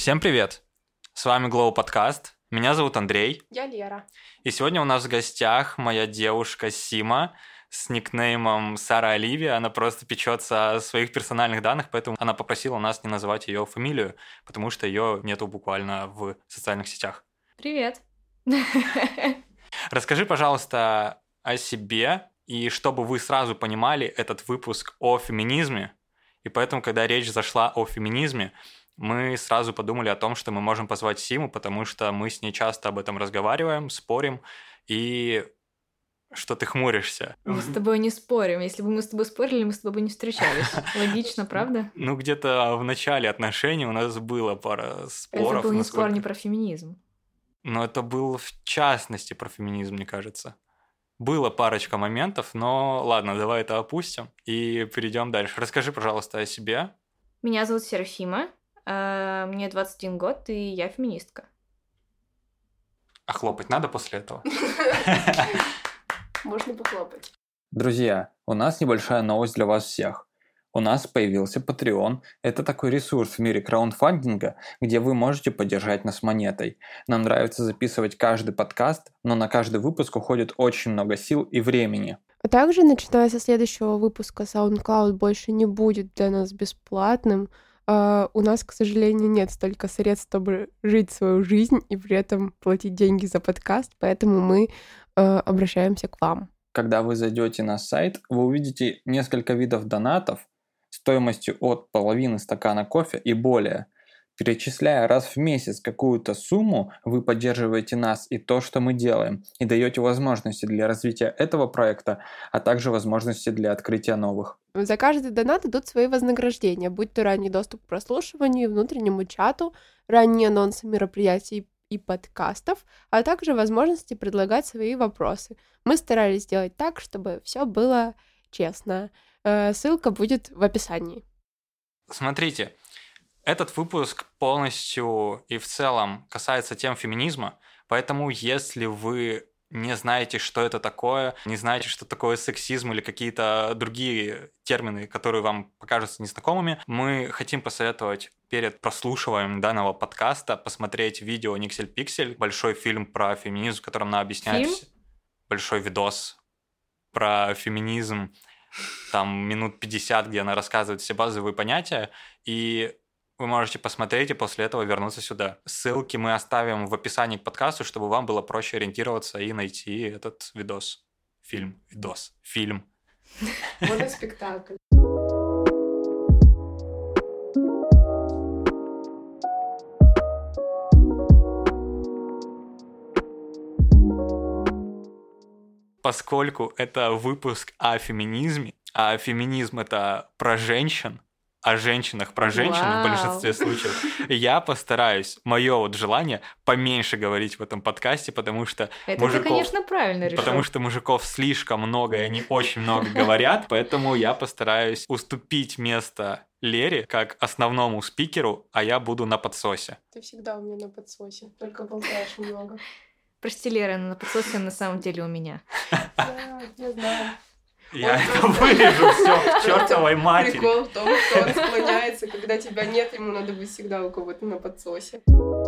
Всем привет! С вами Glow Podcast. Меня зовут Андрей. Я Лера. И сегодня у нас в гостях моя девушка Сима с никнеймом Сара Оливия. Она просто печется о своих персональных данных, поэтому она попросила нас не называть ее фамилию, потому что ее нету буквально в социальных сетях. Привет. Расскажи, пожалуйста, о себе, и чтобы вы сразу понимали, этот выпуск о феминизме. И поэтому, когда речь зашла о феминизме, мы сразу подумали о том, что мы можем позвать Симу, потому что мы с ней часто об этом разговариваем, спорим, и что ты хмуришься. Мы с тобой не спорим. Если бы мы с тобой спорили, мы с тобой бы не встречались. Логично, правда? Ну, где-то в начале отношений у нас была пара споров. Это был не спор не про феминизм. Но это был в частности про феминизм, мне кажется. Было парочка моментов, но ладно, давай это опустим и перейдем дальше. Расскажи, пожалуйста, о себе. Меня зовут Серафима, мне 21 год, и я феминистка. А хлопать надо после этого? Можно похлопать. Друзья, у нас небольшая новость для вас всех. У нас появился Patreon. Это такой ресурс в мире краундфандинга, где вы можете поддержать нас монетой. Нам нравится записывать каждый подкаст, но на каждый выпуск уходит очень много сил и времени. А также, начиная со следующего выпуска, SoundCloud больше не будет для нас бесплатным. У нас, к сожалению, нет столько средств, чтобы жить свою жизнь и при этом платить деньги за подкаст, поэтому мы обращаемся к вам. Когда вы зайдете на сайт, вы увидите несколько видов донатов стоимостью от половины стакана кофе и более. Перечисляя раз в месяц какую-то сумму, вы поддерживаете нас и то, что мы делаем, и даете возможности для развития этого проекта, а также возможности для открытия новых. За каждый донат идут свои вознаграждения, будь то ранний доступ к прослушиванию, внутреннему чату, ранние анонсы мероприятий и подкастов, а также возможности предлагать свои вопросы. Мы старались сделать так, чтобы все было честно. Ссылка будет в описании. Смотрите, этот выпуск полностью и в целом касается тем феминизма, поэтому если вы не знаете, что это такое, не знаете, что такое сексизм или какие-то другие термины, которые вам покажутся незнакомыми, мы хотим посоветовать перед прослушиванием данного подкаста посмотреть видео «Никсель Пиксель», большой фильм про феминизм, в котором она объясняет... Фильм? Большой видос про феминизм, там минут 50, где она рассказывает все базовые понятия, и вы можете посмотреть и после этого вернуться сюда. Ссылки мы оставим в описании к подкасту, чтобы вам было проще ориентироваться и найти этот видос. Фильм. Моноспектакль. Поскольку это выпуск о феминизме, а феминизм — это про женщин, о женщинах про женщин в большинстве случаев, я постараюсь, мое вот желание, поменьше говорить в этом подкасте, потому что Это ты, конечно, правильно решил. Потому что мужиков слишком много, и они очень много говорят, поэтому я постараюсь уступить место Лере как основному спикеру, а я буду на подсосе. Ты всегда у меня на подсосе, только болтаешь много. Прости, Лера, но на подсосе на самом деле у меня. Да, я знаю. Я это вырежу все к чертовой матери. Прикол в том, что он склоняется, когда тебя нет, ему надо быть всегда у кого-то на подсосе.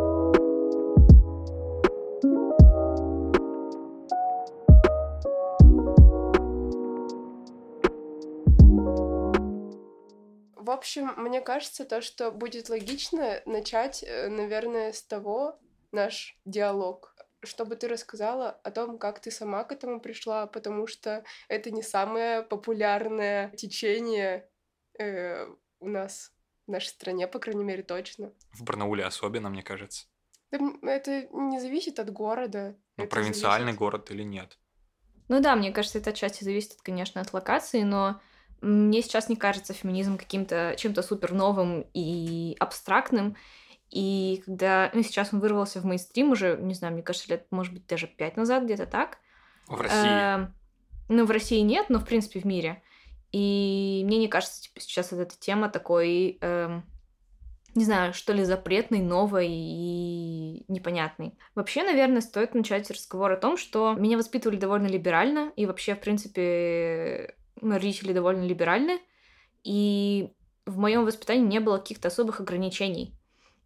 В общем, мне кажется, то, что будет логично начать, наверное, с того, наш диалог, чтобы ты рассказала о том, как ты сама к этому пришла, потому что это не самое популярное течение у нас в нашей стране, по крайней мере, точно. В Барнауле особенно, мне кажется. Да, это не зависит от города. Ну, это провинциальный зависит... город или нет? Ну да, мне кажется, это отчасти зависит, конечно, от локации, но мне сейчас не кажется феминизм каким-то чем-то супер новым и абстрактным. И когда сейчас он вырвался в мейнстрим уже, не знаю, мне кажется, лет, может быть, даже 5 назад, где-то так. В России? Ну, в России нет, но, в принципе, в мире. И мне не кажется, типа, сейчас эта тема такой, не знаю, что ли, запретной, новой и непонятной. Вообще, наверное, стоит начать разговор о том, что меня воспитывали довольно либерально, и вообще, в принципе, родители довольно либеральны, и в моем воспитании не было каких-то особых ограничений.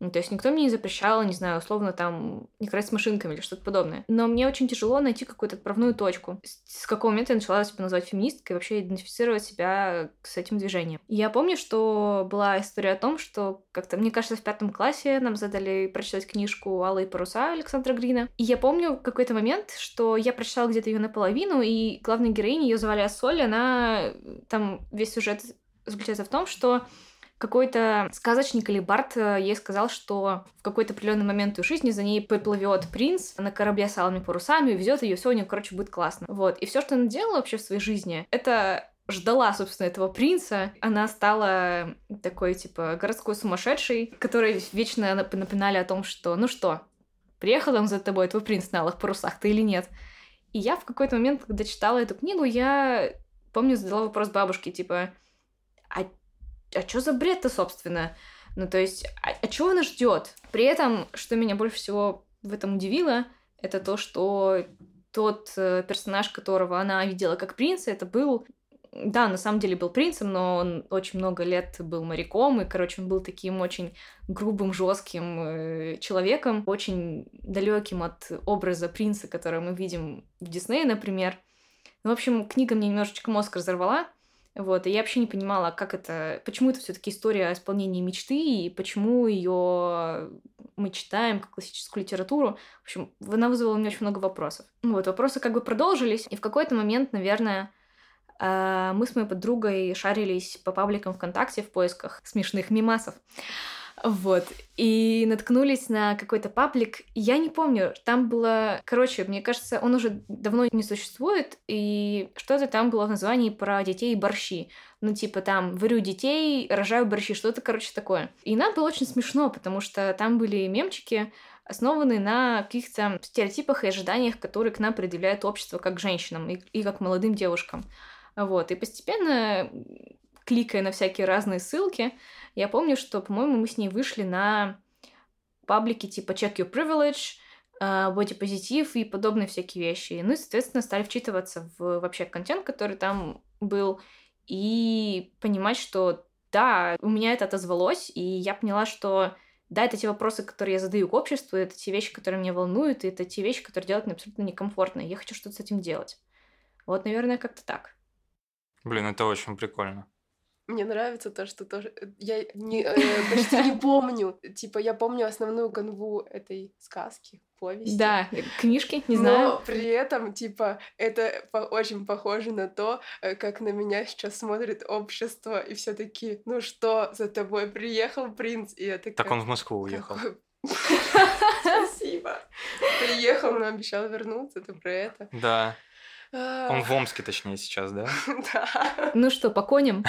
То есть никто мне не запрещал, не знаю, условно там играть с машинками или что-то подобное. Но мне очень тяжело найти какую-то отправную точку. С какого момента я начала себя называть феминисткой и вообще идентифицировать себя с этим движением. Я помню, что была история о том, что как-то, мне кажется, в 5 классе нам задали прочитать книжку «Алые паруса» Александра Грина. И я помню какой-то момент, что я прочитала где-то ее наполовину, и главная героиня, ее звали Ассоль, она... Там весь сюжет заключается в том, что какой-то сказочник или бард ей сказал, что в какой-то определенный момент ее жизни за ней поплывет принц на корабле с алыми парусами, увезет ее, все у нее, короче, будет классно. Вот. И все, что она делала вообще в своей жизни, это ждала, собственно, этого принца. Она стала такой, типа, городской сумасшедшей, которой вечно напоминали о том, что, ну что, приехал там за тобой твой принц на алых парусах, ты или нет? И я в какой-то момент, когда читала эту книгу, я, помню, задала вопрос бабушке, типа, а что за бред-то, собственно? Ну, то есть, чего она ждет? При этом, что меня больше всего в этом удивило, это то, что тот персонаж, которого она видела как принца, это был... Да, на самом деле был принцем, но он очень много лет был моряком, и, короче, он был таким очень грубым, жестким человеком, очень далеким от образа принца, который мы видим в Диснее, например. Ну, в общем, книга мне немножечко мозг разорвала. Вот, и я вообще не понимала, как это, почему это все-таки история о исполнении мечты, и почему ее мы читаем как классическую литературу. В общем, она вызвала у меня очень много вопросов. Вот, вопросы как бы продолжились, и в какой-то момент, наверное, мы с моей подругой шарились по пабликам ВКонтакте в поисках смешных мемасов. Вот. И наткнулись на какой-то паблик. Я не помню, там было... Короче, мне кажется, он уже давно не существует, и что-то там было в названии про детей и борщи. Ну, типа там «варю детей, рожаю борщи», что-то, короче, такое. И нам было очень смешно, потому что там были мемчики, основанные на каких-то стереотипах и ожиданиях, которые к нам предъявляет общество как к женщинам и как к молодым девушкам. Вот. И постепенно, кликая на всякие разные ссылки, я помню, что, по-моему, мы с ней вышли на паблики типа Check Your Privilege, Body Positive и подобные всякие вещи. Ну и, соответственно, стали вчитываться в вообще контент, который там был, и понимать, что да, у меня это отозвалось, и я поняла, что да, это те вопросы, которые я задаю к обществу, это те вещи, которые меня волнуют, и это те вещи, которые делают мне абсолютно некомфортно. И я хочу что-то с этим делать. Вот, наверное, как-то так. Блин, это очень прикольно. Мне нравится то, что тоже... Я почти не помню. Типа, я помню основную канву этой сказки, повести. Да, книжки, не знаю. Но при этом, типа, это очень похоже на то, как на меня сейчас смотрит общество, и все таки ну что, за тобой приехал принц? И я такая... Так он в Москву уехал. Спасибо. Приехал, но обещал вернуться, ты про это? Да. Он в Омске, точнее, сейчас, да? Да. Ну что, по коням?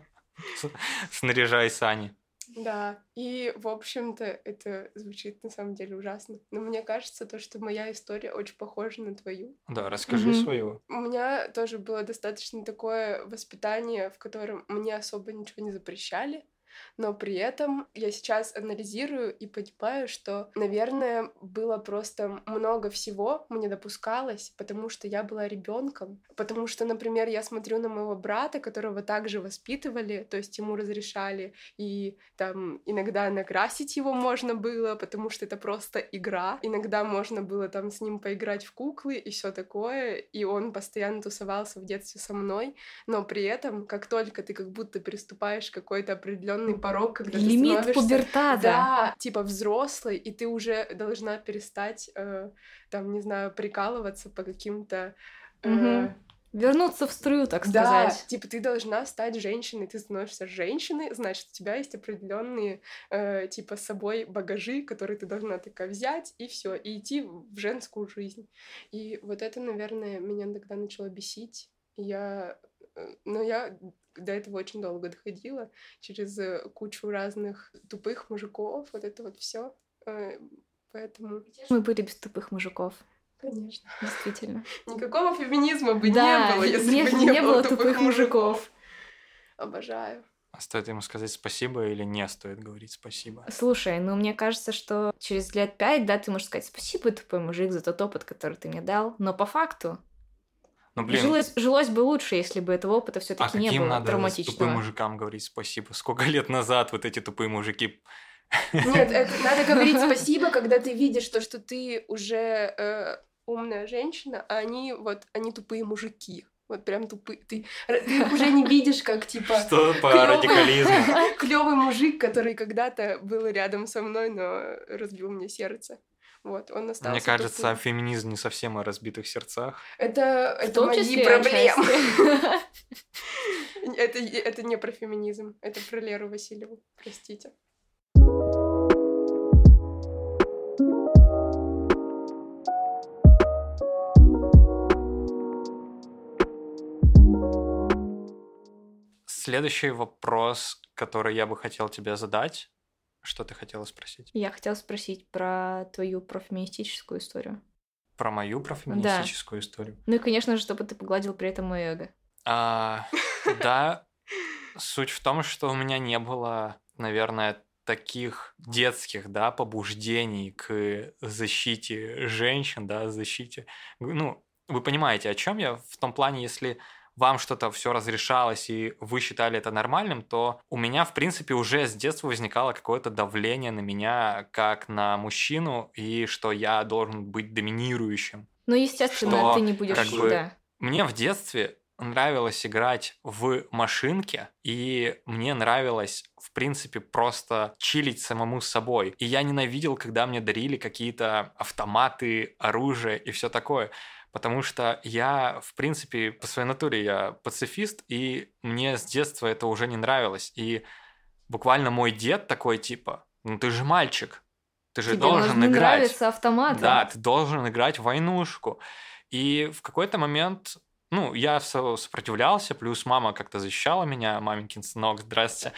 Снаряжай сани. Да, и, в общем-то, это звучит на самом деле ужасно. Но мне кажется, то, что моя история очень похожа на твою. Да, расскажи свою. У меня тоже было достаточно такое воспитание, в котором мне особо ничего не запрещали. Но при этом я сейчас анализирую и понимаю, что, наверное, было просто много всего мне допускалось, потому что я была ребенком. Потому что, например, я смотрю на моего брата, которого также воспитывали, то есть ему разрешали, и там иногда накрасить его можно было, потому что это просто игра. Иногда можно было там с ним поиграть в куклы и все такое, и он постоянно тусовался в детстве со мной, но при этом, как только ты как будто переступаешь какой-то определенный порог, когда лимит ты становишься... пубертата. Да, типа взрослый, и ты уже должна перестать, там, не знаю, прикалываться по каким-то... Вернуться в струю, так Да, сказать. типа ты должна стать женщиной, ты становишься женщиной, значит, у тебя есть определенные, типа, с собой багажи, которые ты должна такая взять, и все, и идти в женскую жизнь. И вот это, наверное, меня тогда начало бесить. Но я до этого очень долго доходила через кучу разных тупых мужиков, вот это вот все. Поэтому... Мы были без тупых мужиков. Конечно. Действительно. Никакого феминизма бы Да, не было, если бы не было тупых мужиков. Обожаю. А стоит ему сказать спасибо или не стоит говорить спасибо? Слушай, ну мне кажется, что через лет 5, да, ты можешь сказать спасибо, тупой мужик, за тот опыт, который ты мне дал, но по факту Ну, блин, жилось бы лучше, если бы этого опыта все-таки не каким было надо травматичного. тупым мужикам говорить спасибо? Сколько лет назад вот эти тупые мужики Нет, это надо говорить спасибо, когда ты видишь то, что ты уже умная женщина, а они тупые мужики. Вот прям тупые. Ты их уже не видишь, как типа Что по радикализму? клёвый мужик, который когда-то был рядом со мной, но разбил мне сердце. Вот, он остался Мне кажется, тупым. феминизм не совсем о разбитых сердцах. Это В том мои числе проблемы. отчасти. Это не про феминизм, это про Леру Васильеву, простите. Следующий вопрос, который я бы хотел тебе задать. Что ты хотела спросить? Я хотела спросить про твою профеминистическую историю. Про мою профеминистическую историю? Ну и, конечно же, чтобы ты погладил при этом мое эго. Да, суть в том, что у меня не было, наверное, таких детских, да, побуждений к защите женщин, да, защите... Ну, вы понимаете, о чем я? В том плане, если вам что-то все разрешалось, и вы считали это нормальным, то у меня, в принципе, уже с детства возникало какое-то давление на меня, как на мужчину, и что я должен быть доминирующим. Ну, естественно, Что, ты не будешь... как бы, Да. Мне в детстве нравилось играть в машинки, и мне нравилось, в принципе, просто чилить самому с собой. И я ненавидел, когда мне дарили какие-то автоматы, оружие и все такое. Потому что я, в принципе, по своей натуре я пацифист, и мне с детства это уже не нравилось. И буквально мой дед такой типа, ну ты же мальчик, ты же Тебе должен должны играть. нравиться автоматы. Да, ты должен играть в войнушку. И в какой-то момент, ну, я сопротивлялся, плюс мама как-то защищала меня, маменькин сынок, здрасте.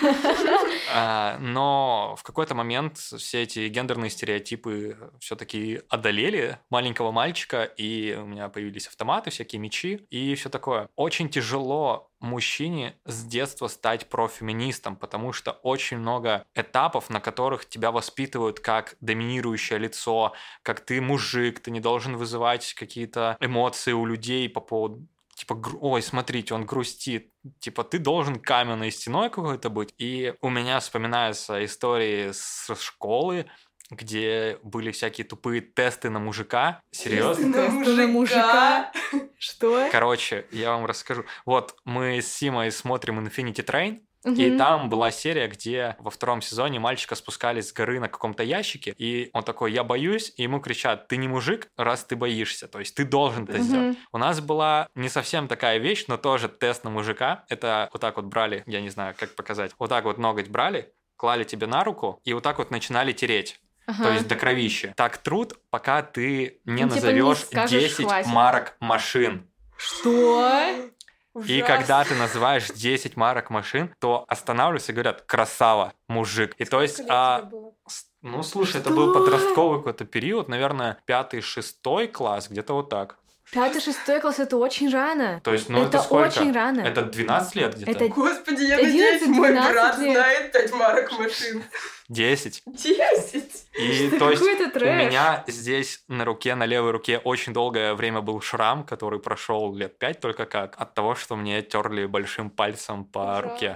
Но в какой-то момент все эти гендерные стереотипы все-таки одолели маленького мальчика, и у меня появились автоматы, всякие мечи и все такое. Очень тяжело мужчине с детства стать профеминистом, потому что очень много этапов, на которых тебя воспитывают как доминирующее лицо, как ты мужик, ты не должен вызывать какие-то эмоции у людей по поводу типа, ой, смотрите, он грустит. Типа, ты должен каменной стеной какой-то быть. И у меня вспоминаются истории с школы, где были всякие тупые тесты на мужика. Серьезно? Тесты на мужика? Что? Короче, я вам расскажу. Вот мы с Симой смотрим Infinity Train, и там была серия, где во 2 сезоне мальчика спускались с горы на каком-то ящике, и он такой, я боюсь, и ему кричат, ты не мужик, раз ты боишься, то есть ты должен это сделать. У нас была не совсем такая вещь, но тоже тест на мужика. Это вот так вот брали, я не знаю, как показать, вот так вот ноготь брали, клали тебе на руку, и вот так вот начинали тереть. То есть до кровища. Так труд, пока ты не назовешь 10 марок машин. Что? И когда ты называешь 10 марок машин, то останавливаются и говорят «красава, мужик». И то есть, ну слушай, это был подростковый какой-то период, наверное, 5-6 класс, где-то вот так. 5-6 класс — это очень рано. То есть, ну это сколько? Очень рано. Это 12 лет где-то? Это Господи, я надеюсь, мой брат знает 5 марок машин. 10. 10? И то есть у меня здесь на руке, на левой руке очень долгое время был шрам, который прошел лет 5 только как, от того, что мне терли большим пальцем по руке.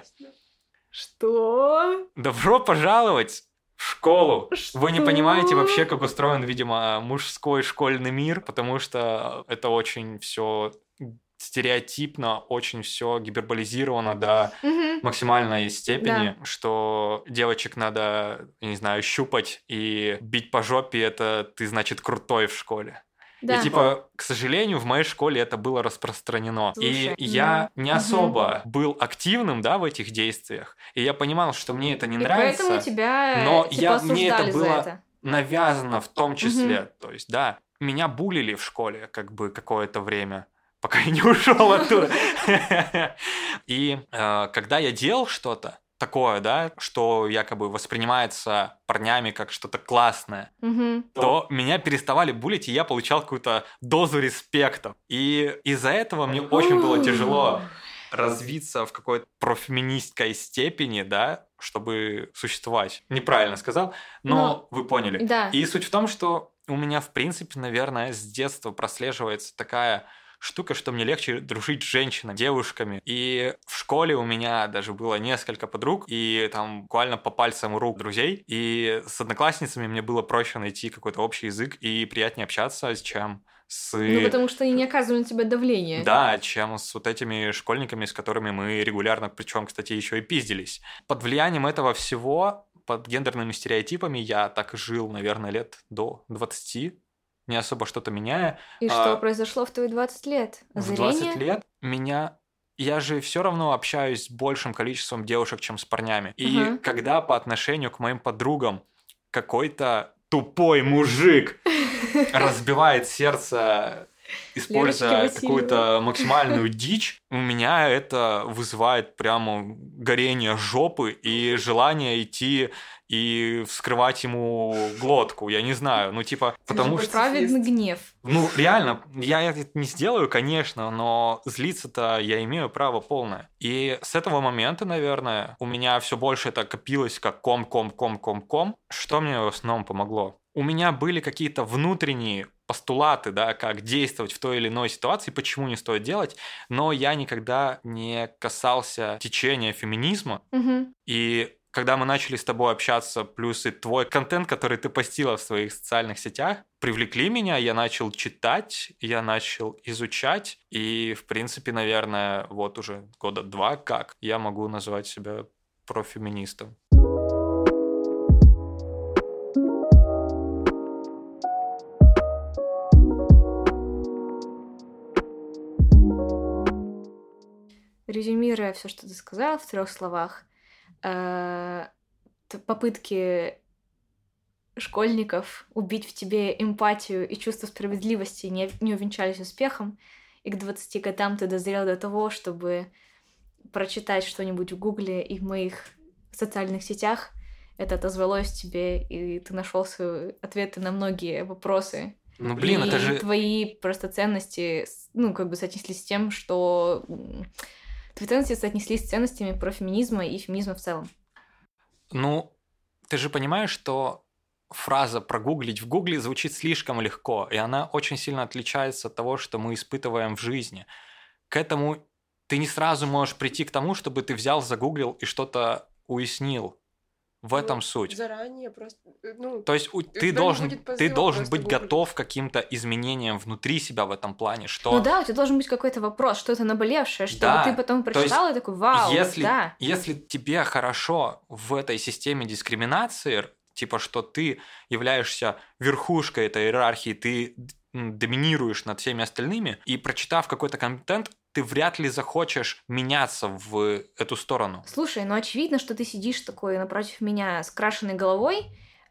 Что? Добро пожаловать в школу. Что? Вы не понимаете вообще, как устроен, видимо, мужской школьный мир, потому что это очень все стереотипно, очень все гиперболизировано до максимальной степени, что девочек надо, я не знаю, щупать и бить по жопе, это ты, значит, крутой в школе. Да. И типа, к сожалению, в моей школе это было распространено. Слушай, и я не особо был активным, да, в этих действиях. И я понимал, что мне это не нравится. Поэтому тебя но типа, мне это было это. навязано в том числе. То есть, да, меня булили в школе как бы какое-то время, пока я не ушел оттуда. И когда я делал что-то такое, да, что якобы воспринимается парнями как что-то классное, то меня переставали булить, и я получал какую-то дозу респекта. И из-за этого мне очень было тяжело развиться в какой-то профеминистской степени, да, чтобы существовать. Неправильно сказал, но вы поняли. Да. И суть в том, что у меня, в принципе, наверное, с детства прослеживается такая штука, что мне легче дружить с женщинами, девушками. И в школе у меня даже было несколько подруг, и там буквально по пальцам рук друзей. И с одноклассницами мне было проще найти какой-то общий язык и приятнее общаться, чем с... Ну, потому что они не оказывали на тебя давления. Да, чем с вот этими школьниками, с которыми мы регулярно, причем, кстати, еще и пиздились. Под влиянием этого всего, под гендерными стереотипами я так и жил, наверное, лет до 20, не особо что-то меняя. И что произошло в твои 20 лет? В 20 лет я же все равно общаюсь с большим количеством девушек, чем с парнями. И когда по отношению к моим подругам какой-то тупой мужик разбивает сердце, используя какую-то максимальную дичь, у меня это вызывает прямо горение жопы и желание идти и вскрывать ему глотку, я не знаю, ну типа, потому что... Праведный гнев. Ну, реально, я это не сделаю, конечно, но злиться-то я имею право полное. И с этого момента, наверное, у меня все больше это копилось как ком. Что мне в основном помогло? У меня были какие-то внутренние постулаты, да, как действовать в той или иной ситуации, почему не стоит делать, но я никогда не касался течения феминизма. И когда мы начали с тобой общаться, плюс и твой контент, который ты постила в своих социальных сетях, привлекли меня, я начал читать, я начал изучать, и, в принципе, наверное, вот уже года 2 как я могу назвать себя профеминистом. Резюмируя все, что ты сказала в 3 словах, попытки школьников убить в тебе эмпатию и чувство справедливости не увенчались успехом, и к 20 годам ты дозрел до того, чтобы прочитать что-нибудь в Гугле и в моих социальных сетях. Это отозвалось в тебе, и ты нашел свои ответы на многие вопросы. Ну, блин, и это же... твои просто ценности, ну, как бы соотнеслись с тем, что... Твои ценности соотнеслись с ценностями профеминизма и феминизма в целом. Ну, ты же понимаешь, что фраза «прогуглить» в Гугле звучит слишком легко, и она очень сильно отличается от того, что мы испытываем в жизни. К этому ты не сразу можешь прийти к тому, чтобы ты взял, загуглил и что-то уяснил. В этом суть. Заранее просто... То есть ты должен быть готов к каким-то изменениям внутри себя в этом плане, что... Ну да, у тебя должен быть какой-то вопрос, что-то наболевшее, чтобы ты потом прочитал и такой, вау, да. Если тебе хорошо в этой системе дискриминации, типа, что ты являешься верхушкой этой иерархии, ты доминируешь над всеми остальными, и прочитав какой-то контент, ты вряд ли захочешь меняться в эту сторону. Слушай, ну очевидно, что ты сидишь такой напротив меня с крашенной головой.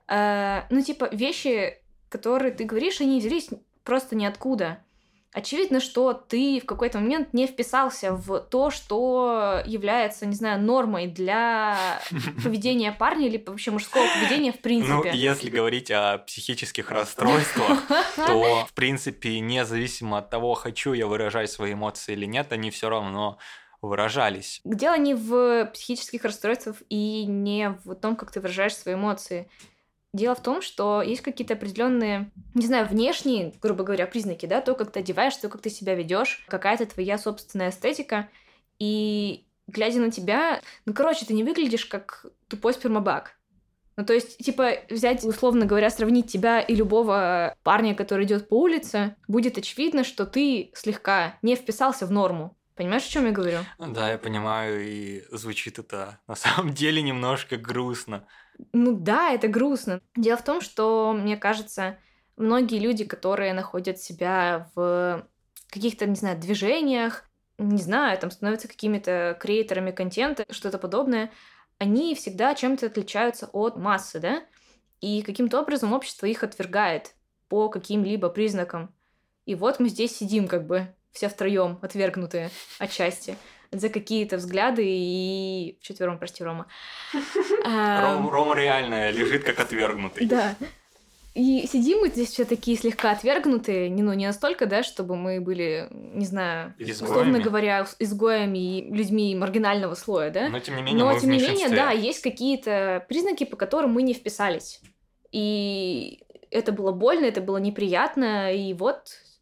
Вещи, которые ты говоришь, они взялись просто ниоткуда. Очевидно, что ты в какой-то момент не вписался в то, что является, не знаю, нормой для поведения парня или вообще мужского поведения в принципе. Ну, если говорить о психических расстройствах, то, в принципе, независимо от того, хочу я выражать свои эмоции или нет, они все равно выражались. Дело не в психических расстройствах и не в том, как ты выражаешь свои эмоции. Дело в том, что есть какие-то определенные, не знаю, внешние, грубо говоря, признаки, да, то, как ты одеваешь, то, как ты себя ведешь, какая-то твоя собственная эстетика. И глядя на тебя, ты не выглядишь как тупой спермобак. Ну, то есть, типа, взять, условно говоря, сравнить тебя и любого парня, который идет по улице, будет очевидно, что ты слегка не вписался в норму. Понимаешь, о чем я говорю? Да, я понимаю, и звучит это на самом деле немножко грустно. Ну да, это грустно. Дело в том, что, мне кажется, многие люди, которые находят себя в каких-то, не знаю, движениях, не знаю, там становятся какими-то креаторами контента, что-то подобное, они всегда чем-то отличаются от массы, да? И каким-то образом общество их отвергает по каким-либо признакам. И вот мы здесь сидим как бы все втроем отвергнутые отчасти за какие-то взгляды и... Вчетвером, прости, Рома. Рома реально лежит как отвергнутый. Да. И сидим мы здесь все такие слегка отвергнутые, не настолько, да, чтобы мы были, не знаю, условно говоря, изгоями и людьми маргинального слоя, да? Но тем не менее, да, есть какие-то признаки, по которым мы не вписались. И это было больно, это было неприятно, и вот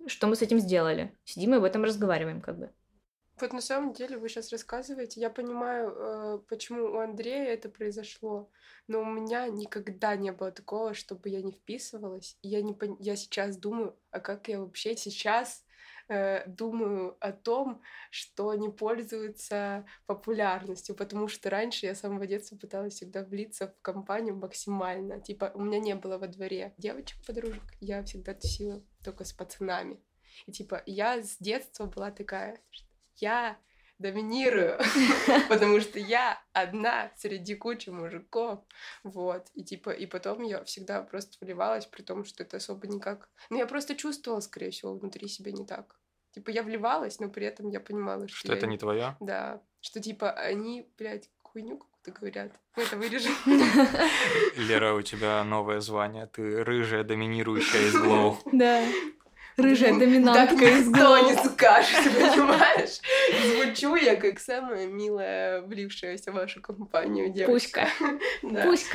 что мы с этим сделали. Сидим и об этом разговариваем, как бы. Вот на самом деле вы сейчас рассказываете, я понимаю, почему у Андрея это произошло, но у меня никогда не было такого, чтобы я не вписывалась. И я сейчас думаю, а как я вообще сейчас думаю о том, что не пользуется популярностью, потому что раньше я с самого детства пыталась всегда влиться в компанию максимально. Типа, у меня не было во дворе девочек-подружек, я всегда тусила только с пацанами. И типа, я с детства была такая, что я доминирую, потому что я одна среди кучи мужиков, вот, и типа, и потом я всегда просто вливалась, при том, что это особо никак... Ну, я просто чувствовала, скорее всего, внутри себя не так. Типа, я вливалась, но при этом я понимала, что это не твоё? Да, что типа, они, блядь, хуйню какую-то говорят. Мы это вырежем. Лера, у тебя новое звание, ты рыжая доминирующая из Glow. Да. Рыжая доминантка из никто Glow. не скажет, понимаешь? Звучу я как самая милая, влившаяся в вашу компанию девочка. Пуська. Да. Пуська.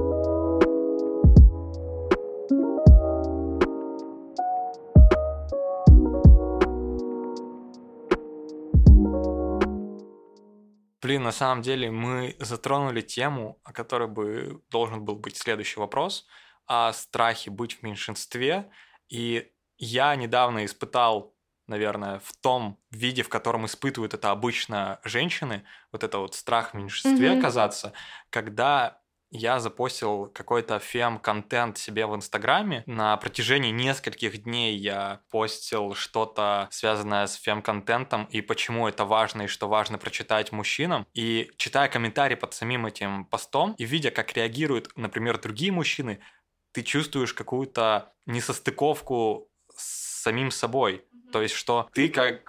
Блин, на самом деле мы затронули тему, о которой бы должен был быть следующий вопрос, о страхе быть в меньшинстве. И я недавно испытал, наверное, в том виде, в котором испытывают это обычно женщины, вот это вот страх в меньшинстве оказаться, когда я запостил какой-то фем-контент себе в Инстаграме. На протяжении нескольких дней я постил что-то, связанное с фем-контентом, и почему это важно, и что важно прочитать мужчинам. И читая комментарии под самим этим постом, и видя, как реагируют, например, другие мужчины, ты чувствуешь какую-то несостыковку с самим собой. То есть, что ты как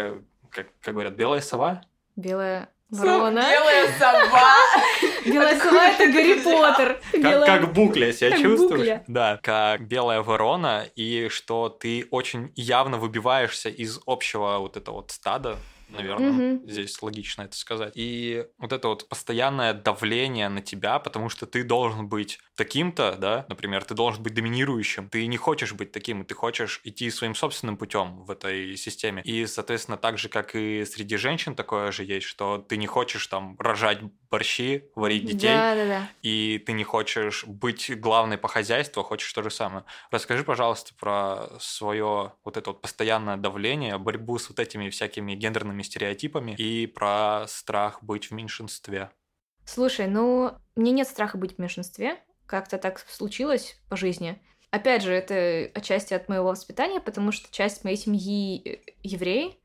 говорят, белая сова? Белая ворона. Белая сова. Белая сова — это Гарри Поттер. Как букля себя как чувствуешь. букля. Да, как белая ворона, и что ты очень явно выбиваешься из общего вот этого вот стада, наверное, здесь логично это сказать. И вот это вот постоянное давление на тебя, потому что ты должен быть таким-то, да, например, ты должен быть доминирующим, ты не хочешь быть таким, и ты хочешь идти своим собственным путем в этой системе. И, соответственно, так же, как и среди женщин такое же есть, что ты не хочешь там рожать борщи, варить детей, Да. и ты не хочешь быть главной по хозяйству, а хочешь то же самое. Расскажи, пожалуйста, про свое вот это вот постоянное давление, борьбу с вот этими всякими гендерными стереотипами и про страх быть в меньшинстве. Слушай, ну, мне нет страха быть в меньшинстве. Как-то так случилось по жизни. Опять же, это отчасти от моего воспитания, потому что часть моей семьи евреи,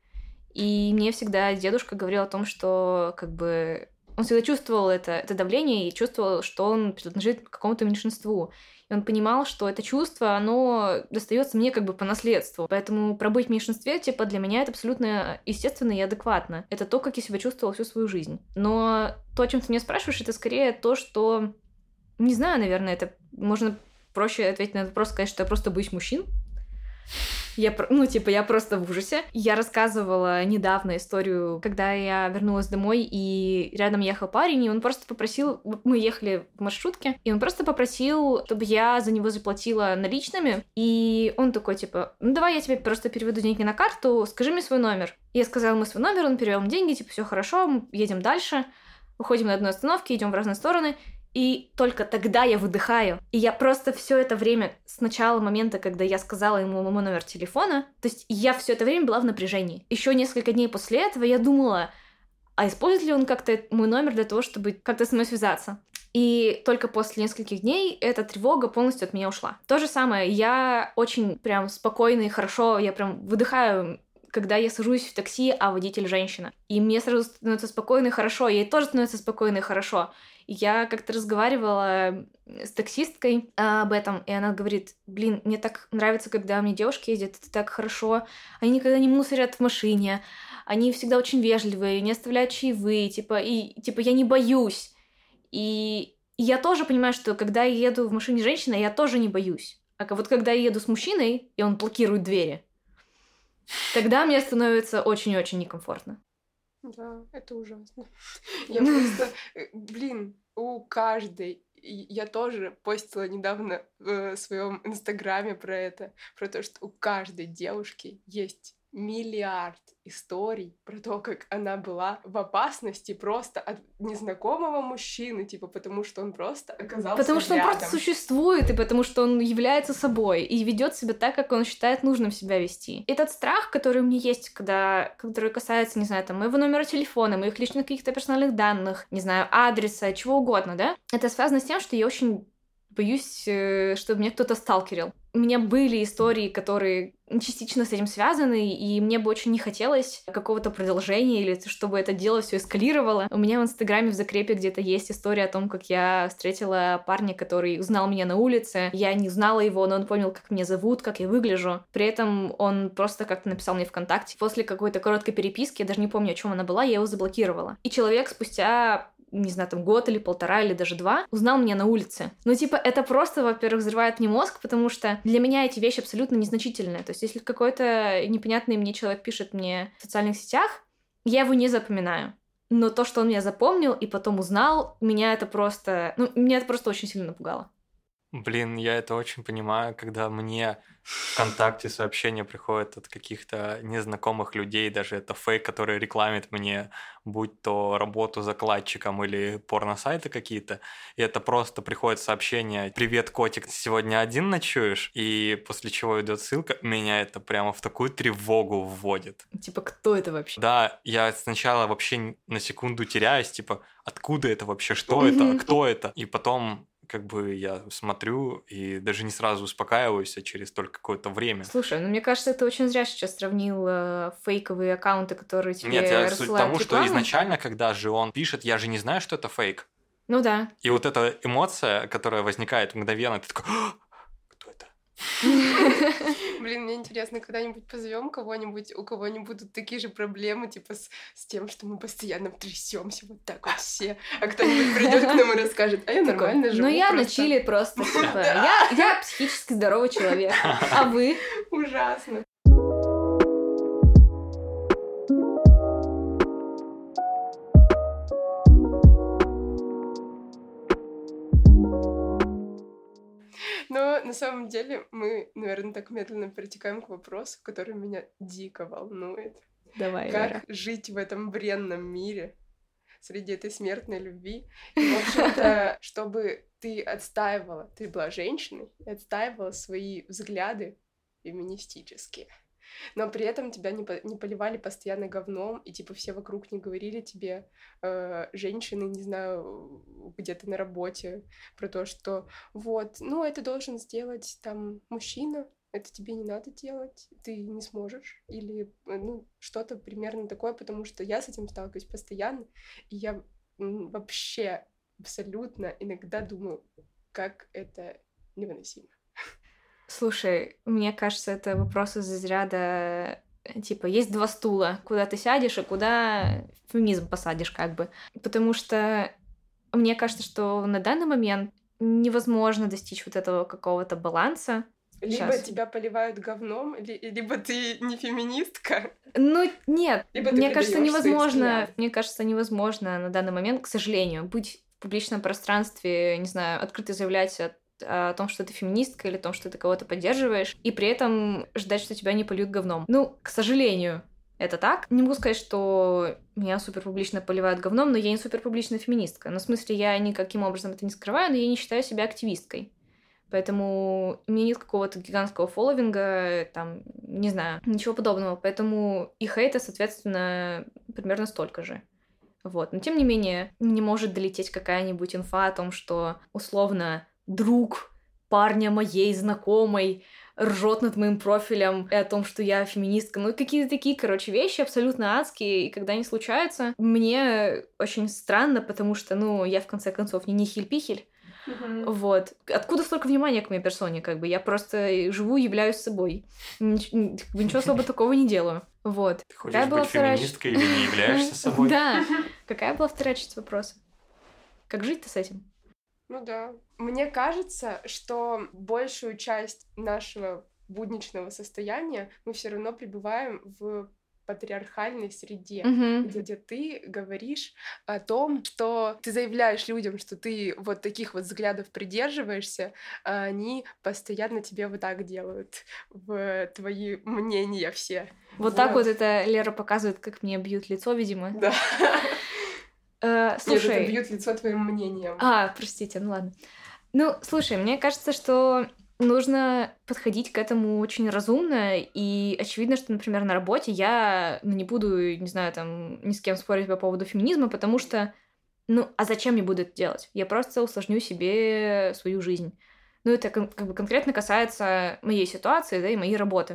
и мне всегда дедушка говорил о том, что как бы он всегда чувствовал это давление и чувствовал, что он принадлежит к какому-то меньшинству. И он понимал, что это чувство, оно достается мне как бы по наследству. Поэтому пробыть в меньшинстве, типа, для меня это абсолютно естественно и адекватно. Это то, как я себя чувствовала всю свою жизнь. Но то, о чем ты меня спрашиваешь, это скорее то, что... Не знаю, наверное, это можно проще ответить на этот вопрос, сказать, что я просто боюсь мужчин. Я просто в ужасе. Я рассказывала недавно историю, когда я вернулась домой, и рядом ехал парень, и он просто попросил... Мы ехали в маршрутке, и он просто попросил, чтобы я за него заплатила наличными. И он такой, типа, ну давай я тебе просто переведу деньги на карту, скажи мне свой номер. Я сказала ему свой номер, он перевел мне деньги, типа, все хорошо, мы едем дальше. Выходим на одной остановке, идем в разные стороны. И только тогда я выдыхаю. И я просто все это время, с начала момента, когда я сказала ему мой номер телефона, то есть я все это время была в напряжении. Еще несколько дней после этого я думала, а использует ли он как-то мой номер для того, чтобы как-то со мной связаться. И только после нескольких дней эта тревога полностью от меня ушла. То же самое, я очень прям спокойно и хорошо, я прям выдыхаю, когда я сажусь в такси, а водитель женщина. И мне сразу становится спокойно и хорошо, ей тоже становится спокойно и хорошо. Я как-то разговаривала с таксисткой об этом, и она говорит, блин, мне так нравится, когда мне девушки ездят, это так хорошо, они никогда не мусорят в машине, они всегда очень вежливые, не оставляют чаевые, я не боюсь. И я тоже понимаю, что когда я еду в машине женщины, я тоже не боюсь. А вот когда я еду с мужчиной, и он блокирует двери, тогда мне становится очень-очень некомфортно. Да, это ужасно. Я просто... Блин, у каждой я тоже постила недавно в своем инстаграме про то, что у каждой девушки есть миллиард историй про то, как она была в опасности просто от незнакомого мужчины, типа, потому что он просто оказался Потому что он рядом. просто существует, и потому что он является собой, и ведет себя так, как он считает нужным себя вести. Этот страх, который у меня есть, который касается, не знаю, там, моего номера телефона, моих личных каких-то персональных данных, не знаю, адреса, чего угодно, да, это связано с тем, что я очень боюсь, чтобы меня кто-то сталкерил. У меня были истории, которые частично с этим связаны, и мне бы очень не хотелось какого-то продолжения или чтобы это дело все эскалировало. У меня в Инстаграме в закрепе где-то есть история о том, как я встретила парня, который узнал меня на улице. Я не знала его, но он понял, как меня зовут, как я выгляжу. При этом он просто как-то написал мне ВКонтакте. После какой-то короткой переписки, я даже не помню, о чем она была, я его заблокировала. И человек спустя, не знаю, там год или полтора, или даже 2, узнал меня на улице. Ну, типа, это просто, во-первых, взрывает мне мозг, потому что для меня эти вещи абсолютно незначительные. То есть, если какой-то непонятный мне человек пишет мне в социальных сетях, я его не запоминаю. Но то, что он меня запомнил и потом узнал, меня это просто очень сильно напугало. Блин, я это очень понимаю, когда мне ВКонтакте сообщения приходят от каких-то незнакомых людей, даже это фейк, который рекламит мне, будь то работу закладчиком или порносайты какие-то, и это просто приходит сообщение: «Привет, котик, сегодня один ночуешь?» И после чего идет ссылка, меня это прямо в такую тревогу вводит. Типа, кто это вообще? Да, я сначала вообще на секунду теряюсь, типа, откуда это вообще, что это, кто это? И потом как бы я смотрю и даже не сразу успокаиваюсь, а через только какое-то время. Слушай, ну мне кажется, ты очень зря сейчас сравнил фейковые аккаунты, которые тебе Нет, я суть к рассылают тому, что рекламу. изначально, когда же он пишет, я же не знаю, что это фейк. Ну да. И вот эта эмоция, которая возникает мгновенно, ты такой: кто это? Блин, мне интересно, когда-нибудь позовем кого-нибудь, у кого не будут такие же проблемы, типа с тем, что мы постоянно трясемся вот так вот все, а кто-нибудь придет к нам и расскажет: а я нормально живу. Ну я на просто». чили просто, типа, я психически здоровый человек, а вы? Ужасно. Но на самом деле мы, наверное, так медленно перетекаем к вопросу, который меня дико волнует. Давай, Как Вера. жить в этом бренном мире среди этой смертной любви? И, в общем-то, чтобы ты была женщиной и отстаивала свои взгляды феминистические. Но при этом тебя не поливали постоянно говном, и типа все вокруг не говорили тебе, женщины, не знаю, где-то на работе, про то, что вот, ну, это должен сделать там мужчина, это тебе не надо делать, ты не сможешь, или, ну, что-то примерно такое, потому что я с этим сталкиваюсь постоянно, и я вообще абсолютно иногда думаю, как это невыносимо. Слушай, мне кажется, это вопрос из разряда, типа, есть 2 стула, куда ты сядешь и куда феминизм посадишь, как бы. Потому что мне кажется, что на данный момент невозможно достичь вот этого какого-то баланса. Либо Щас. тебя поливают говном, либо ты не феминистка. Ну, нет, Либо ты мне кажется, предаёшь своим невозможно на данный момент, к сожалению, быть в публичном пространстве, не знаю, открыто заявлять о том, что ты феминистка или о том, что ты кого-то поддерживаешь, и при этом ждать, что тебя не польют говном. Ну, к сожалению, это так. Не могу сказать, что меня супер публично поливают говном, но я не супер публичная феминистка. Ну, в смысле, я никаким образом это не скрываю, но я не считаю себя активисткой. Поэтому у меня нет какого-то гигантского фолловинга, там, не знаю, ничего подобного. Поэтому и хейта, соответственно, примерно столько же. Вот. Но, тем не менее, не может долететь какая-нибудь инфа о том, что, условно, друг парня моей знакомой ржет над моим профилем и о том, что я феминистка. Ну, какие-то такие, короче, вещи абсолютно адские, и когда они случаются, мне очень странно, потому что, ну, я, в конце концов, не нихиль-пихель. Вот. Откуда столько внимания к моей персоне, как бы? Я просто живу, являюсь собой. Ничего особо такого не делаю. Вот. Ты хочешь быть феминисткой или не являешься собой? Да. Какая была вторая часть вопроса? Как жить-то с этим? Ну да. Мне кажется, что большую часть нашего будничного состояния мы все равно пребываем в патриархальной среде, Мгм. где ты говоришь о том, что ты заявляешь людям, что ты вот таких вот взглядов придерживаешься, а они постоянно тебе вот так делают в твои мнения все. Вот так вот это Лера показывает, как мне бьют лицо, видимо. Да. Нет, это Слушай, бьют лицо твоим мнением. простите, ну ладно. Ну, слушай, мне кажется, что нужно подходить к этому очень разумно, и очевидно, что, например, на работе я не буду, не знаю, там, ни с кем спорить по поводу феминизма, потому что, а зачем я буду это делать? Я просто усложню себе свою жизнь. Ну, это как бы конкретно касается моей ситуации, да, и моей работы.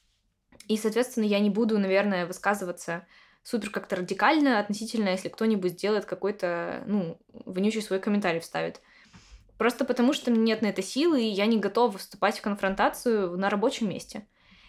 И, соответственно, я не буду, наверное, высказываться супер как-то радикально относительно, если кто-нибудь сделает какой-то, вонючий свой комментарий вставит. Просто потому, что мне нет на это силы, и я не готова вступать в конфронтацию на рабочем месте.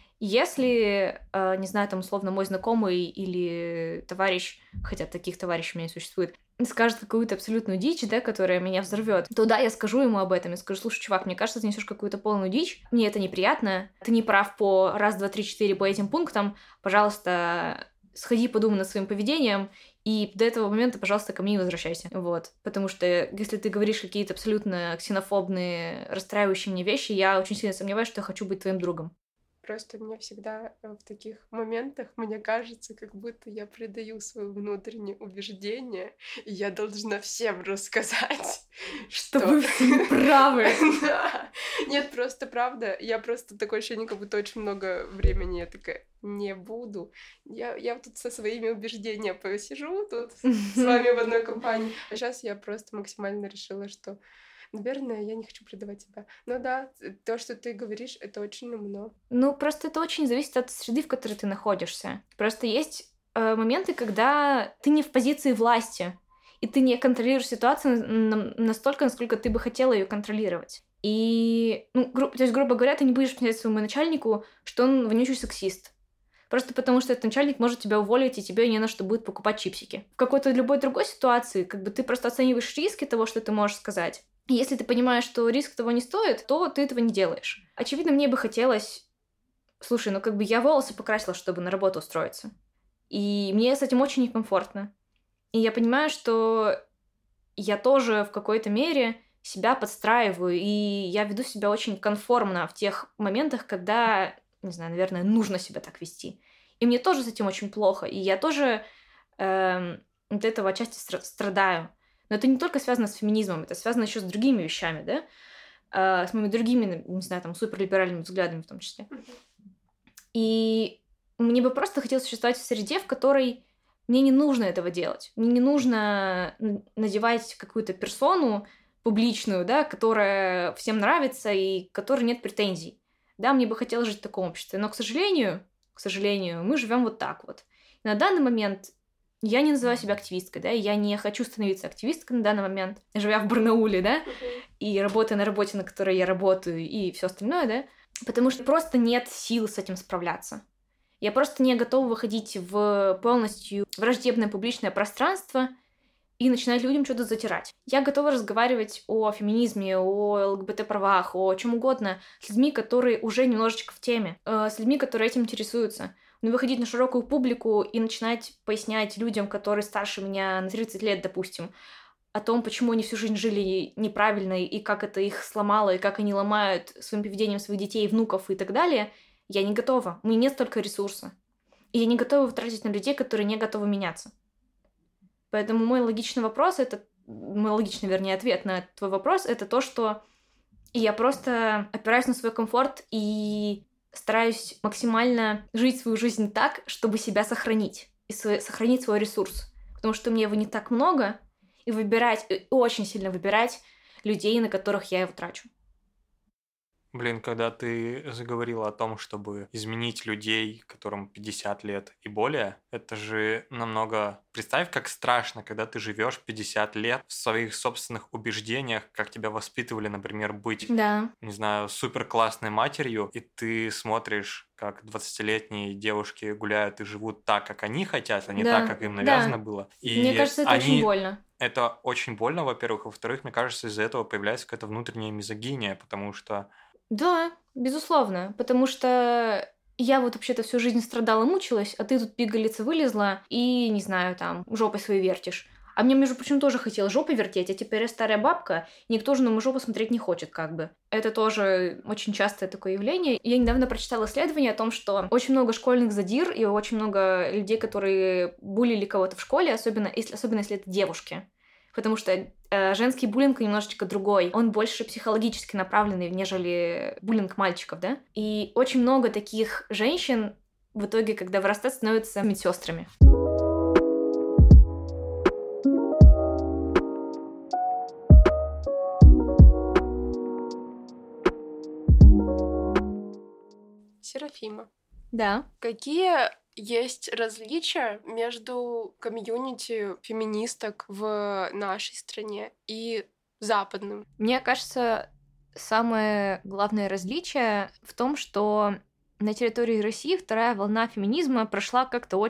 Если, не знаю, там, условно, мой знакомый или товарищ, хотя таких товарищей у меня не существует, скажет какую-то абсолютную дичь, да, которая меня взорвет, то да, я скажу ему об этом. Я скажу: слушай, чувак, мне кажется, ты несешь какую-то полную дичь, мне это неприятно, ты не прав по 1, 2, 3, 4 по этим пунктам, пожалуйста, сходи, подумай над своим поведением, и до этого момента, пожалуйста, ко мне не возвращайся. Вот. Потому что если ты говоришь какие-то абсолютно ксенофобные, расстраивающие мне вещи, я очень сильно сомневаюсь, что я хочу быть твоим другом. Просто мне всегда в таких моментах, мне кажется, как будто я предаю свое внутреннее убеждение, и я должна всем рассказать, Что вы все правы. Да. Нет, просто правда. Я просто такое ощущение, как будто очень много времени я такая: не буду. Я тут со своими убеждениями посижу тут с вами в одной компании. А сейчас я просто максимально решила, что, наверное, я не хочу предавать себя. Но да, то, что ты говоришь, это очень умно. Просто это очень зависит от среды, в которой ты находишься. Просто есть моменты, когда ты не в позиции власти, и ты не контролируешь ситуацию настолько, насколько ты бы хотела ее контролировать. И, то есть, грубо говоря, ты не будешь писать своему начальнику, что он вонючий сексист. Просто потому, что этот начальник может тебя уволить, и тебе не на что будет покупать чипсики. В какой-то любой другой ситуации, как бы ты просто оцениваешь риски того, что ты можешь сказать. И если ты понимаешь, что риск того не стоит, то ты этого не делаешь. Очевидно, мне бы хотелось... Слушай, я волосы покрасила, чтобы на работу устроиться. И мне с этим очень некомфортно. И я понимаю, что я тоже в какой-то мере себя подстраиваю, и я веду себя очень конформно в тех моментах, когда, не знаю, наверное, нужно себя так вести. И мне тоже с этим очень плохо. И я тоже от этого отчасти страдаю. Но это не только связано с феминизмом, это связано еще с другими вещами, да? С моими другими, не знаю, там, суперлиберальными взглядами в том числе. И мне бы просто хотелось существовать в среде, в которой мне не нужно этого делать. Мне не нужно надевать какую-то персону публичную, да, которая всем нравится и к которой нет претензий. Да, мне бы хотелось жить в таком обществе. Но, к сожалению, мы живем вот так вот. И на данный момент я не называю себя активисткой, да, я не хочу становиться активисткой на данный момент, живя в Барнауле, да, и работая на работе, на которой я работаю, и все остальное, да, потому что просто нет сил с этим справляться. Я просто не готова выходить в полностью враждебное публичное пространство и начинать людям что-то затирать. Я готова разговаривать о феминизме, о ЛГБТ-правах, о чем угодно с людьми, которые уже немножечко в теме, с людьми, которые этим интересуются. Но выходить на широкую публику и начинать пояснять людям, которые старше меня на 30 лет, допустим, о том, почему они всю жизнь жили неправильно, и как это их сломало, и как они ломают своим поведением своих детей, внуков и так далее, я не готова. У меня нет столько ресурса. И я не готова тратить на людей, которые не готовы меняться. Поэтому мой логичный ответ на твой вопрос, это то, что я просто опираюсь на свой комфорт и стараюсь максимально жить свою жизнь так, чтобы себя сохранить. И сохранить свой ресурс. Потому что мне его не так много, и очень сильно выбирать людей, на которых я его трачу. Блин, когда ты заговорила о том, чтобы изменить людей, которым 50 лет и более, это же намного... Представь, как страшно, когда ты живешь 50 лет в своих собственных убеждениях, как тебя воспитывали, например, быть, не знаю, супер классной матерью, и ты смотришь, как 20-летние девушки гуляют и живут так, как они хотят, а не так, как им навязано было. И мне кажется, это очень больно. Это очень больно, во-первых. Во-вторых, мне кажется, из-за этого появляется какая-то внутренняя мизогиния, потому что... Да, безусловно, потому что я вот вообще-то всю жизнь страдала, мучилась, а ты тут пигалица вылезла и, не знаю, там, жопой своей вертишь. А мне, между прочим, тоже хотел жопой вертеть, а теперь я старая бабка, и никто же на мою жопу смотреть не хочет, как бы. Это тоже очень частое такое явление. Я недавно прочитала исследование о том, что очень много школьных задир и очень много людей, которые булили кого-то в школе, особенно если это девушки. Потому что женский буллинг немножечко другой. Он больше психологически направленный, нежели буллинг мальчиков, да? И очень много таких женщин в итоге, когда вырастают, становятся медсестрами. Серафима, Да. какие есть различия между комьюнити феминисток в нашей стране и западным? Мне кажется, самое главное различие в том, что на территории России вторая волна феминизма прошла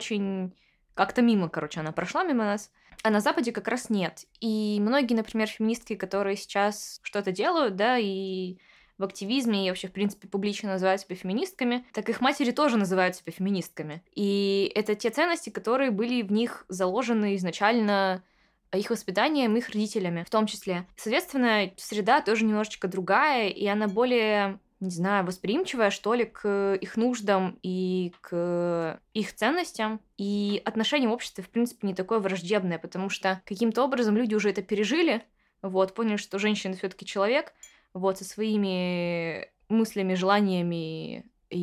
как-то мимо, короче, она прошла мимо нас, а на Западе как раз нет. И многие, например, феминистки, которые сейчас что-то делают, да, и в активизме и вообще, в принципе, публично называют себя феминистками, так их матери тоже называют себя феминистками. И это те ценности, которые были в них заложены изначально их воспитанием, их родителями в том числе. Соответственно, среда тоже немножечко другая, и она более, не знаю, восприимчивая, что ли, к их нуждам и к их ценностям. И отношение в обществе, в принципе, не такое враждебное, потому что каким-то образом люди уже это пережили, вот, поняли, что женщина все таки человек, вот, со своими мыслями, желаниями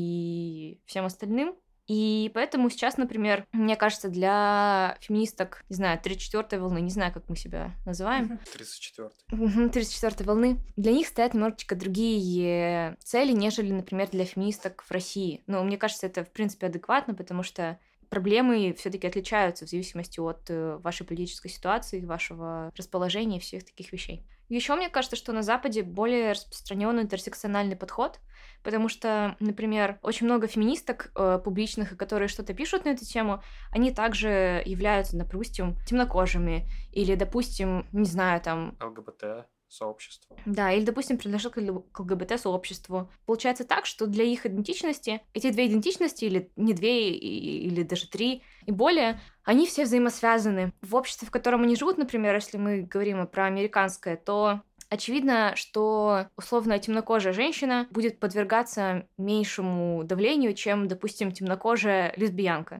и всем остальным. И поэтому сейчас, например, мне кажется, для феминисток, не знаю, 34-й волны, не знаю, как мы себя называем. 34-й. 34-й волны. Для них стоят немножечко другие цели, нежели, например, для феминисток в России. Но мне кажется, это, в принципе, адекватно, потому что проблемы все-таки отличаются в зависимости от вашей политической ситуации, вашего расположения и всех таких вещей. Еще мне кажется, что на Западе более распространен интерсекциональный подход, потому что, например, очень много феминисток публичных, которые что-то пишут на эту тему, они также являются, допустим, темнокожими или, допустим, не знаю, там... ЛГБТ-сообщество. Да, или, допустим, принадлежат к ЛГБТ-сообществу. Получается так, что для их идентичности, эти две идентичности, или не две, или даже три, и более, они все взаимосвязаны. В обществе, в котором они живут, например, если мы говорим про американское, то очевидно, что условно темнокожая женщина будет подвергаться меньшему давлению, чем, допустим, темнокожая лесбиянка.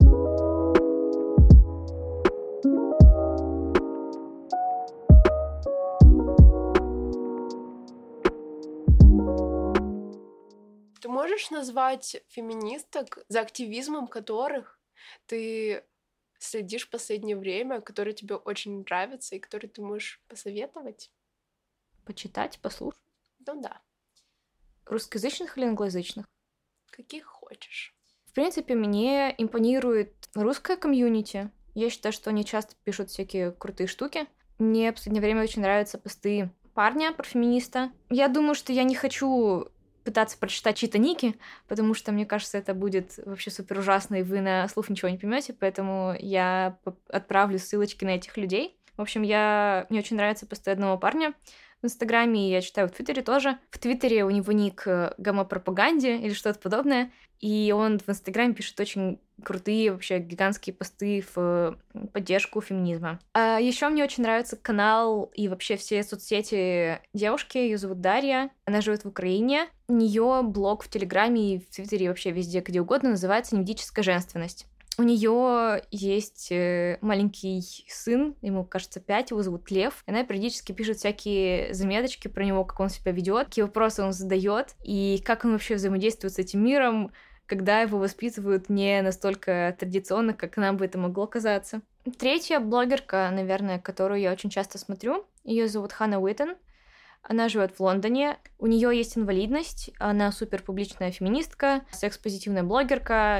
Ты можешь назвать феминисток, за активизмом которых ты следишь в последнее время, которые тебе очень нравятся и которые ты можешь посоветовать? Почитать, послушать. Ну да. Русскоязычных или англоязычных? Каких хочешь. В принципе, мне импонирует русская комьюнити. Я считаю, что они часто пишут всякие крутые штуки. Мне в последнее время очень нравятся посты парня про феминиста. Я думаю, что я не хочу пытаться прочитать чьи-то ники, потому что, мне кажется, это будет вообще супер ужасно, и вы на слух ничего не поймете, поэтому я отправлю ссылочки на этих людей. В общем, мне очень нравятся посты одного парня в Инстаграме, и я читаю в Твиттере тоже. В Твиттере у него ник гомопропаганде или что-то подобное, и он в Инстаграме пишет очень крутые, вообще гигантские посты в поддержку феминизма. А еще мне очень нравится канал и вообще все соцсети девушки. Ее зовут Дарья. Она живет в Украине. У нее блог в Телеграме и в Твиттере и вообще везде, где угодно, называется «Неведическая женственность». У нее есть маленький сын, ему, кажется, 5, его зовут Лев. Она периодически пишет всякие заметочки про него, как он себя ведет, какие вопросы он задает, и как он вообще взаимодействует с этим миром, когда его воспитывают не настолько традиционно, как нам бы это могло казаться. Третья блогерка, наверное, которую я очень часто смотрю, ее зовут Ханна Уиттон. Она живет в Лондоне, у нее есть инвалидность, она супер публичная феминистка, секс-позитивная блогерка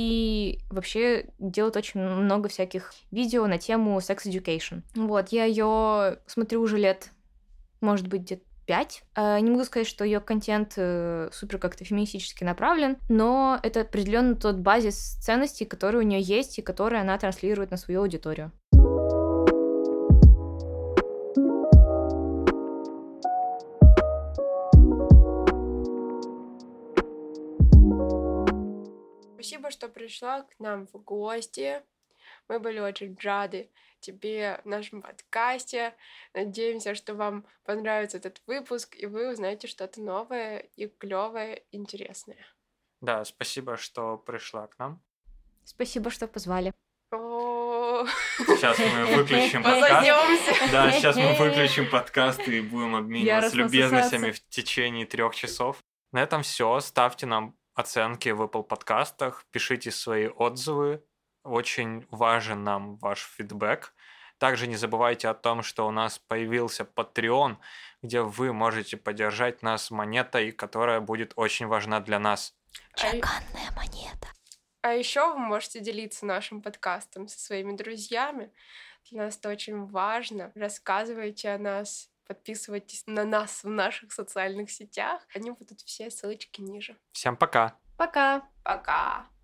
и вообще делает очень много всяких видео на тему sex education. Вот, я ее смотрю уже лет, может быть, где-то 5. Не могу сказать, что ее контент супер как-то феминистически направлен, но это определенно тот базис ценностей, который у нее есть и который она транслирует на свою аудиторию. Спасибо, что пришла к нам в гости. Мы были очень рады тебе в нашем подкасте. Надеемся, что вам понравится этот выпуск, и вы узнаете что-то новое и клевое, интересное. Да, спасибо, что пришла к нам. Спасибо, что позвали. Сейчас мы выключим подкаст. Разойдёмся. Да, сейчас мы выключим подкаст и будем обмениваться Яростно любезностями сосаться. в течение 3 часов. На этом все. Ставьте нам оценки в Apple подкастах, пишите свои отзывы. Очень важен нам ваш фидбэк. Также не забывайте о том, что у нас появился Patreon, где вы можете поддержать нас монетой, которая будет очень важна для нас. Чеканная монета. А еще вы можете делиться нашим подкастом со своими друзьями. Для нас это очень важно. Рассказывайте о нас, подписывайтесь на нас в наших социальных сетях. Они будут все ссылочки ниже. Всем пока! Пока. Пока!